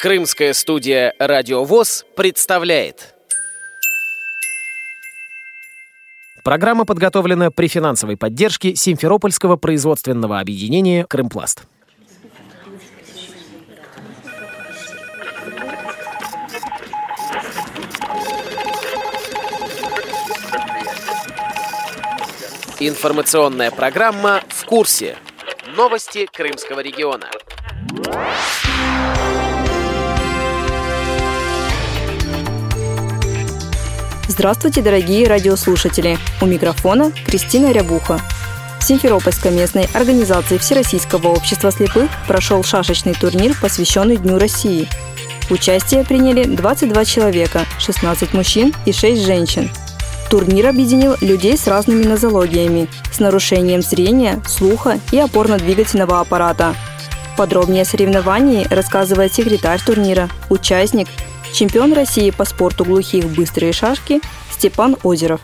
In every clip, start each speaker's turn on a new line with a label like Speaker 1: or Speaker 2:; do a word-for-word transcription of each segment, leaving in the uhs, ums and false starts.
Speaker 1: Крымская студия «Радио ВОС» представляет. Программа подготовлена при финансовой поддержке Симферопольского производственного объединения «Крымпласт». Информационная программа «В курсе». Новости Крымского региона.
Speaker 2: Здравствуйте, дорогие радиослушатели! У микрофона Кристина Рябуха. В Симферопольской местной организации Всероссийского общества слепых прошел шашечный турнир, посвященный Дню России. Участие приняли двадцать два человека, шестнадцать мужчин и шесть женщин. Турнир объединил людей с разными нозологиями, с нарушением зрения, слуха и опорно-двигательного аппарата. Подробнее о соревновании рассказывает секретарь турнира, участник, чемпион России по спорту глухих быстрые шашки Степан Озеров.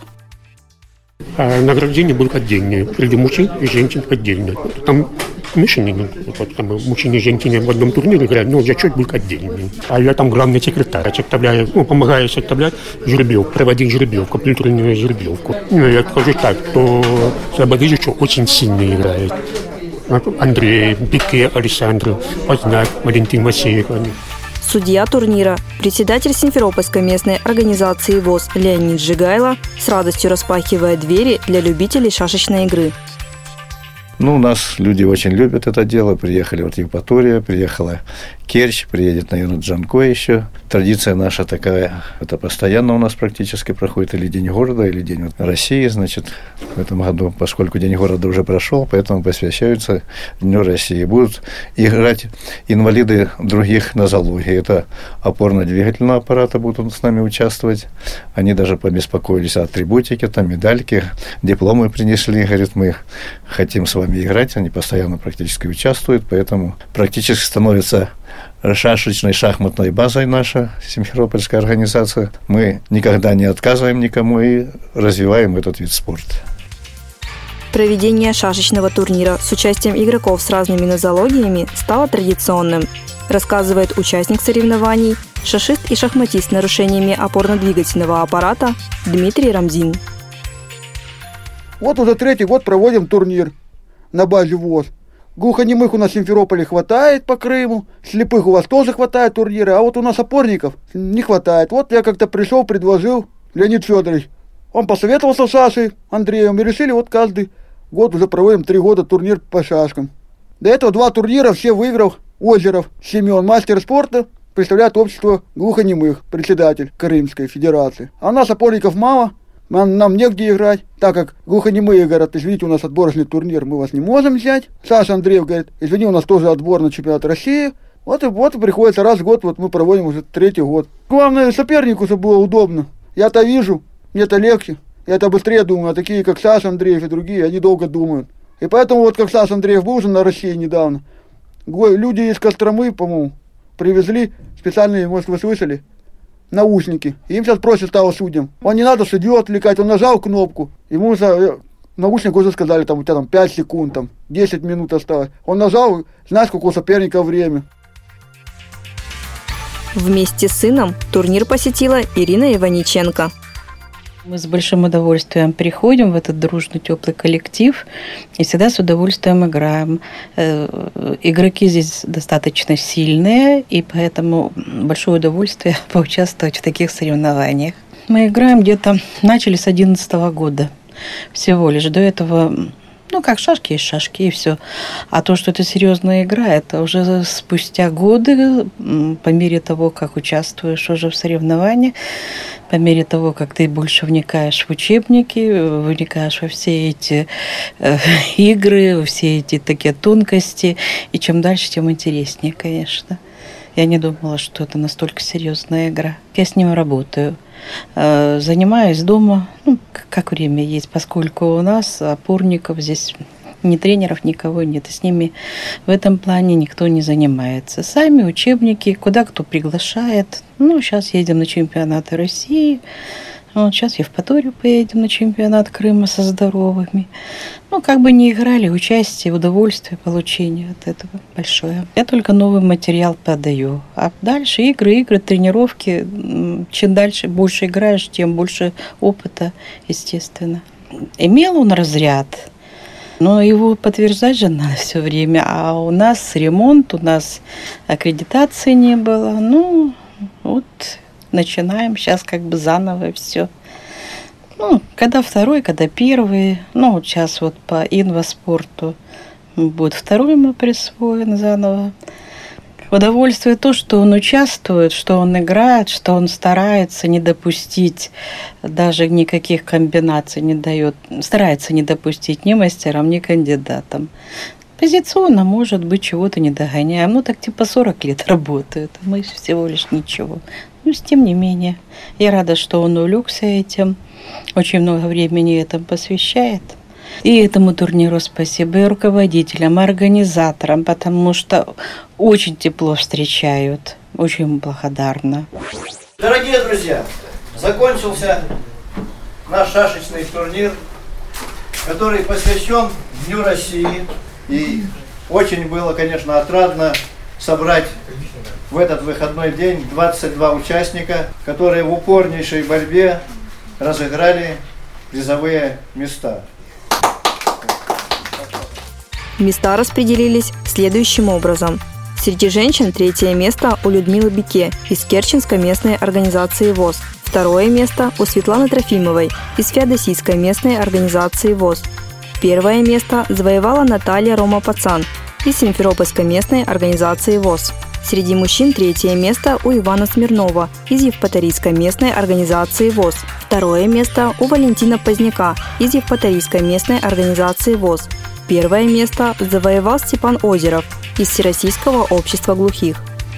Speaker 3: А награждение будет отдельное, среди мужчин и женщин отдельно. Там мишени, там мужчины и женщины в одном турнире играют, но зачет будет отдельный. А я там главный секретарь, составляю, ну, помогаю составлять жеребьевку, проводить жеребьевку, компьютерную жеребьевку. Ну, я скажу так, что Слободыжич очень сильно играет. Андрей, Пике, Александр, Познак, Валентин Васильев.
Speaker 2: Судья турнира, председатель Симферопольской местной организации ВОС Леонид Жигайло с радостью распахивает двери для любителей шашечной игры.
Speaker 4: Ну, у нас люди очень любят это дело. Приехали вот Евпатория, приехала Керчь, приедет, наверное, Джанко еще. Традиция наша такая, это постоянно у нас практически проходит или День города, или День России, значит, в этом году, поскольку День города уже прошел, поэтому посвящаются Дню России. Будут играть инвалиды других нозологий. Это опорно-двигательного аппарата будут с нами участвовать. Они даже побеспокоились о атрибутике, там медальки, дипломы принесли, говорят, мы хотим с вами играть, они постоянно практически участвуют, поэтому практически становится шашечной шахматной базой наша Симферопольская организация. Мы никогда не отказываем никому и развиваем этот вид спорта.
Speaker 2: Проведение шашечного турнира с участием игроков с разными нозологиями стало традиционным, рассказывает участник соревнований, шашист и шахматист с нарушениями опорно-двигательного аппарата Дмитрий Рамзин.
Speaker 5: Вот уже третий год проводим турнир на базе ВОС. Глухонемых у нас в Симферополе хватает по Крыму, слепых у вас тоже хватает турнира, а вот у нас опорников не хватает. Вот я как-то пришел, предложил Леонид Федорович. Он посоветовался с Сашей Андреем, и решили вот каждый год уже проводим три года турнир по шашкам. До этого два турнира все выиграл Озеров Семен, мастер спорта, представляет общество глухонемых, председатель Крымской Федерации. А у нас опорников мало. Нам, нам негде играть, так как глухонемые говорят, извините, у нас отборочный турнир, мы вас не можем взять. Саша Андреев говорит, извини, у нас тоже отбор на чемпионат России. Вот и вот и приходится раз в год, вот мы проводим уже третий год. Главное, сопернику, чтобы было удобно. Я-то вижу, мне-то легче, я-то быстрее думаю, а такие, как Саша Андреев и другие, они долго думают. И поэтому вот как Саша Андреев был уже на России недавно, люди из Костромы, по-моему, привезли специальные, может, вы слышали, наушники. Им сейчас проще стало судьям. Он не надо судью отвлекать, он нажал кнопку. Ему за наушник уже сказали, там у тебя там пять секунд, там десять минут осталось. Он нажал, знаешь, сколько у соперника время.
Speaker 2: Вместе с сыном турнир посетила Ирина Иваниченко.
Speaker 6: Мы с большим удовольствием приходим в этот дружный, теплый коллектив и всегда с удовольствием играем. Игроки здесь достаточно сильные, и поэтому большое удовольствие поучаствовать в таких соревнованиях. Мы играем где-то, начали с одиннадцатого года всего лишь. До этого, ну, как шашки есть шашки, и все. А то, что это серьезная игра, это уже спустя годы, по мере того, как участвуешь уже в соревнованиях, по мере того, как ты больше вникаешь в учебники, вникаешь во все эти э, игры, во все эти такие тонкости, и чем дальше, тем интереснее, конечно. Я не думала, что это настолько серьезная игра. Я с ним работаю. Э, занимаюсь дома, ну, как время есть, поскольку у нас опорников здесь ни тренеров, никого нет. И с ними в этом плане никто не занимается. Сами учебники, куда кто приглашает. Ну, сейчас едем на чемпионаты России. Вот сейчас в Евпаторию поедем на чемпионат Крыма со здоровыми. Ну, как бы не играли, участие, удовольствие, получение от этого большое. Я только новый материал подаю. А дальше игры, игры, тренировки. Чем дальше больше играешь, тем больше опыта, естественно. Имел он разряд, но его подтверждать же надо все время. А у нас ремонт, у нас аккредитации не было. Ну, вот... Начинаем сейчас как бы заново все. Ну, когда второй, когда первый. Ну, вот сейчас вот по инваспорту будет второй ему присвоен заново. Удовольствие то, что он участвует, что он играет, что он старается не допустить, даже никаких комбинаций не дает, старается не допустить ни мастерам, ни кандидатам. Позиционно, может быть, чего-то не догоняем. Ну, так типа сорок лет работают. Мы всего лишь ничего. Ну, тем не менее, я рада, что он увлекся этим. Очень много времени этому посвящает. И этому турниру спасибо, и руководителям, и организаторам, потому что очень тепло встречают. Очень благодарна.
Speaker 4: Дорогие друзья, закончился наш шашечный турнир, который посвящен Дню России. И очень было, конечно, отрадно собрать в этот выходной день двадцать два участника, которые в упорнейшей борьбе разыграли призовые места.
Speaker 2: Места распределились следующим образом. Среди женщин третье место у Людмилы Бике из Керченской местной организации ВОС. Второе место у Светланы Трофимовой из Феодосийской местной организации ВОС. Первое место завоевала Наталья Рома-Пацан из Симферопольской местной организации ВОС. Среди мужчин третье место у Ивана Смирнова из Евпаторийской местной организации ВОС. Второе место у Валентина Поздняка из Евпаторийской местной организации ВОС. Первое место завоевал Степан Озеров из Всероссийского общества глухих.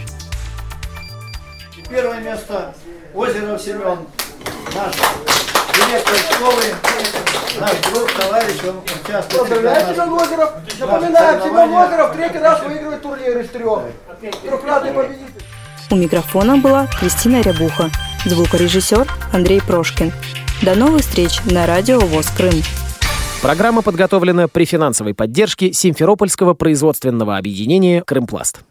Speaker 4: Первое место Озеров Семен, наш директор школы, наш друг, товарищ, он участвует.
Speaker 5: Поздравляю, Семен Озеров. Напоминаем, Семен Озеров третий раз выигрывает турнир из трех. Трехкратный победитель.
Speaker 2: У микрофона была Кристина Рябуха, звукорежиссер Андрей Прошкин. До новых встреч на радио ВОС Крым.
Speaker 1: Программа подготовлена при финансовой поддержке Симферопольского производственного объединения «Крымпласт».